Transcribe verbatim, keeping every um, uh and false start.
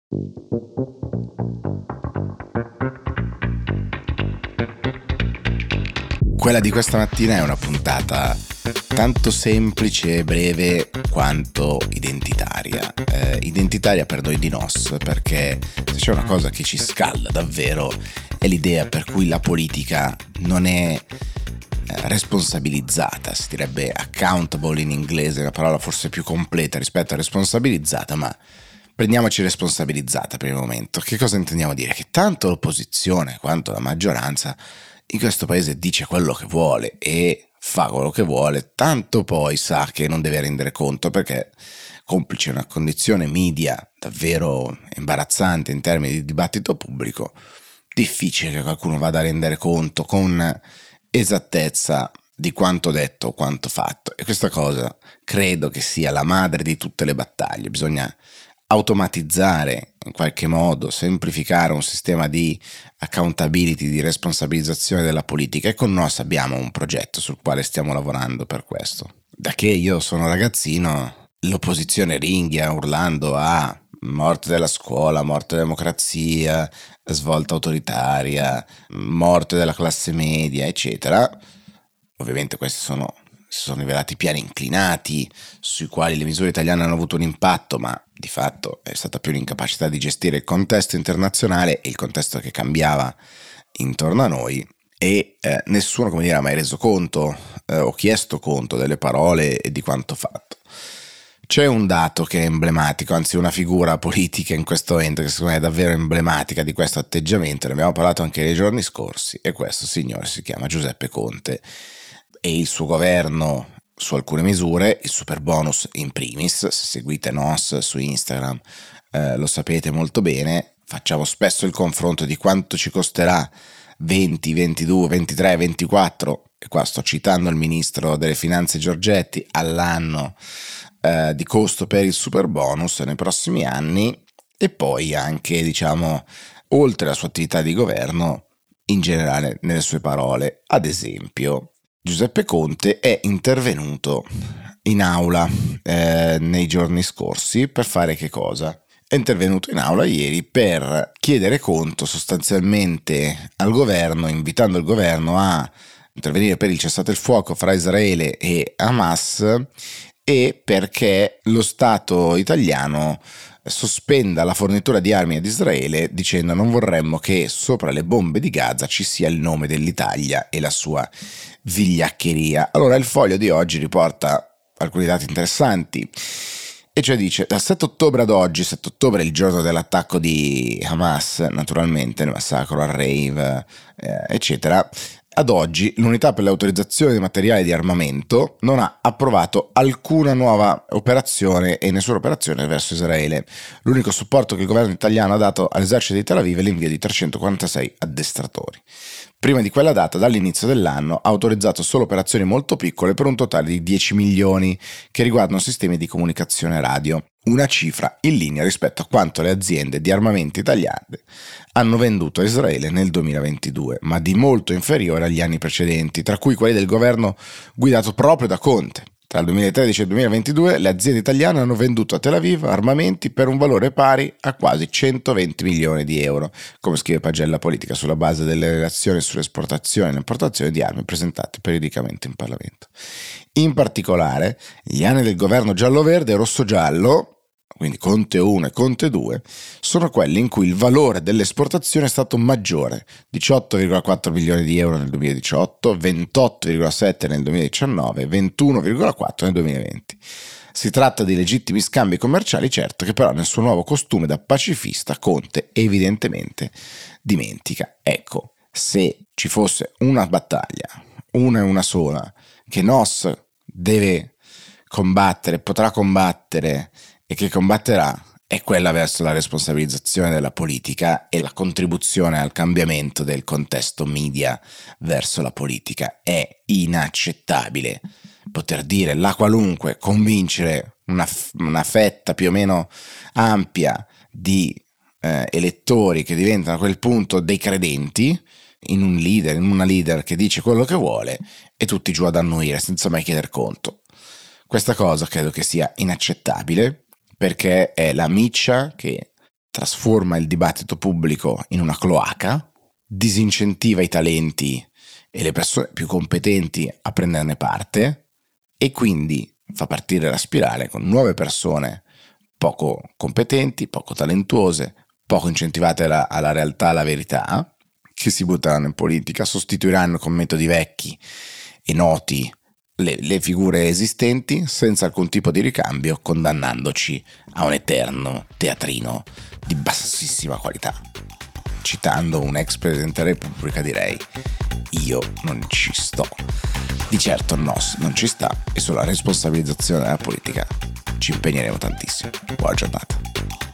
Quella di questa mattina è una puntata tanto semplice e breve quanto identitaria. Eh, identitaria per noi di Nos, perché se c'è una cosa che ci scalda davvero è l'idea per cui la politica non è eh, responsabilizzata, si direbbe accountable in inglese, una parola forse più completa rispetto a responsabilizzata, ma prendiamoci responsabilizzata per il momento. Che cosa intendiamo dire? Che tanto l'opposizione quanto la maggioranza in questo paese dice quello che vuole e fa quello che vuole, tanto poi sa che non deve rendere conto, perché complice una condizione media davvero imbarazzante in termini di dibattito pubblico, difficile che qualcuno vada a rendere conto con esattezza di quanto detto o quanto fatto. E questa cosa credo che sia la madre di tutte le battaglie. Bisogna automatizzare in qualche modo, semplificare un sistema di accountability, di responsabilizzazione della politica, e con Nos abbiamo un progetto sul quale stiamo lavorando per questo. Da che io sono ragazzino l'opposizione ringhia urlando a morte della scuola, morte della democrazia, svolta autoritaria, morte della classe media, eccetera. Ovviamente questi sono si sono rivelati piani inclinati sui quali le misure italiane hanno avuto un impatto, ma di fatto è stata più l'incapacità di gestire il contesto internazionale e il contesto che cambiava intorno a noi, e eh, nessuno, come dire, ha mai reso conto eh, o chiesto conto delle parole e di quanto fatto. C'è un dato che è emblematico, anzi una figura politica in questo momento che secondo me è davvero emblematica di questo atteggiamento, ne abbiamo parlato anche nei giorni scorsi, e questo signore si chiama Giuseppe Conte e il suo governo su alcune misure, il super bonus in primis. Se seguite Nos su Instagram eh, lo sapete molto bene, facciamo spesso il confronto di quanto ci costerà venti, ventidue, ventitré, ventiquattro, e qua sto citando il ministro delle finanze Giorgetti, all'anno eh, di costo per il super bonus nei prossimi anni, e poi anche, diciamo, oltre la sua attività di governo in generale nelle sue parole. Ad esempio, Giuseppe Conte è intervenuto in aula eh, nei giorni scorsi per fare che cosa? È intervenuto in aula ieri per chiedere conto sostanzialmente al governo, invitando il governo a intervenire per il cessate il fuoco fra Israele e Hamas, e perché lo Stato italiano sospenda la fornitura di armi ad Israele, dicendo: non vorremmo che sopra le bombe di Gaza ci sia il nome dell'Italia e la sua vigliaccheria. Allora il Foglio di oggi riporta alcuni dati interessanti, e cioè dice: dal sette ottobre ad oggi, sette ottobre è il giorno dell'attacco di Hamas, naturalmente il massacro al rave eh, eccetera, ad oggi l'unità per l'autorizzazione dei materiali di armamento non ha approvato alcuna nuova operazione e nessuna operazione verso Israele. L'unico supporto che il governo italiano ha dato all'esercito di Tel Aviv è l'invio di trecentoquarantasei addestratori. Prima di quella data, dall'inizio dell'anno, ha autorizzato solo operazioni molto piccole per un totale di dieci milioni che riguardano sistemi di comunicazione radio, una cifra in linea rispetto a quanto le aziende di armamento italiane hanno venduto a Israele nel duemilaventidue, ma di molto inferiore agli anni precedenti, tra cui quelli del governo guidato proprio da Conte. Tra il duemilatredici e il duemilaventidue le aziende italiane hanno venduto a Tel Aviv armamenti per un valore pari a quasi centoventi milioni di euro, come scrive Pagella Politica, sulla base delle relazioni sull'esportazione e l'importazione di armi presentate periodicamente in Parlamento. In particolare, gli anni del governo giallo-verde e rosso-giallo, quindi Conte uno e Conte due, sono quelli in cui il valore dell'esportazione è stato maggiore: diciotto virgola quattro milioni di euro nel duemiladiciotto, ventotto virgola sette nel duemiladiciannove e ventuno virgola quattro nel duemilaventi. Si tratta di legittimi scambi commerciali, certo, che però nel suo nuovo costume da pacifista Conte evidentemente dimentica. Ecco, se ci fosse una battaglia, una e una sola, che Nos deve combattere, potrà combattere e che combatterà, è quella verso la responsabilizzazione della politica e la contribuzione al cambiamento del contesto media verso la politica. È inaccettabile poter dire la qualunque, convincere una, una fetta più o meno ampia di eh, elettori che diventano a quel punto dei credenti in un leader, in una leader che dice quello che vuole, e tutti giù ad annuire senza mai chieder conto. Questa cosa credo che sia inaccettabile, perché è la miccia che trasforma il dibattito pubblico in una cloaca, disincentiva i talenti e le persone più competenti a prenderne parte e quindi fa partire la spirale con nuove persone poco competenti, poco talentuose, poco incentivate alla, alla realtà, alla verità, che si butteranno in politica, sostituiranno con metodi vecchi e noti le, le figure esistenti senza alcun tipo di ricambio, condannandoci a un eterno teatrino di bassissima qualità. Citando un ex presidente della Repubblica direi: io non ci sto. Di certo il N O S non ci sta e sulla responsabilizzazione della politica ci impegneremo tantissimo. Buona giornata.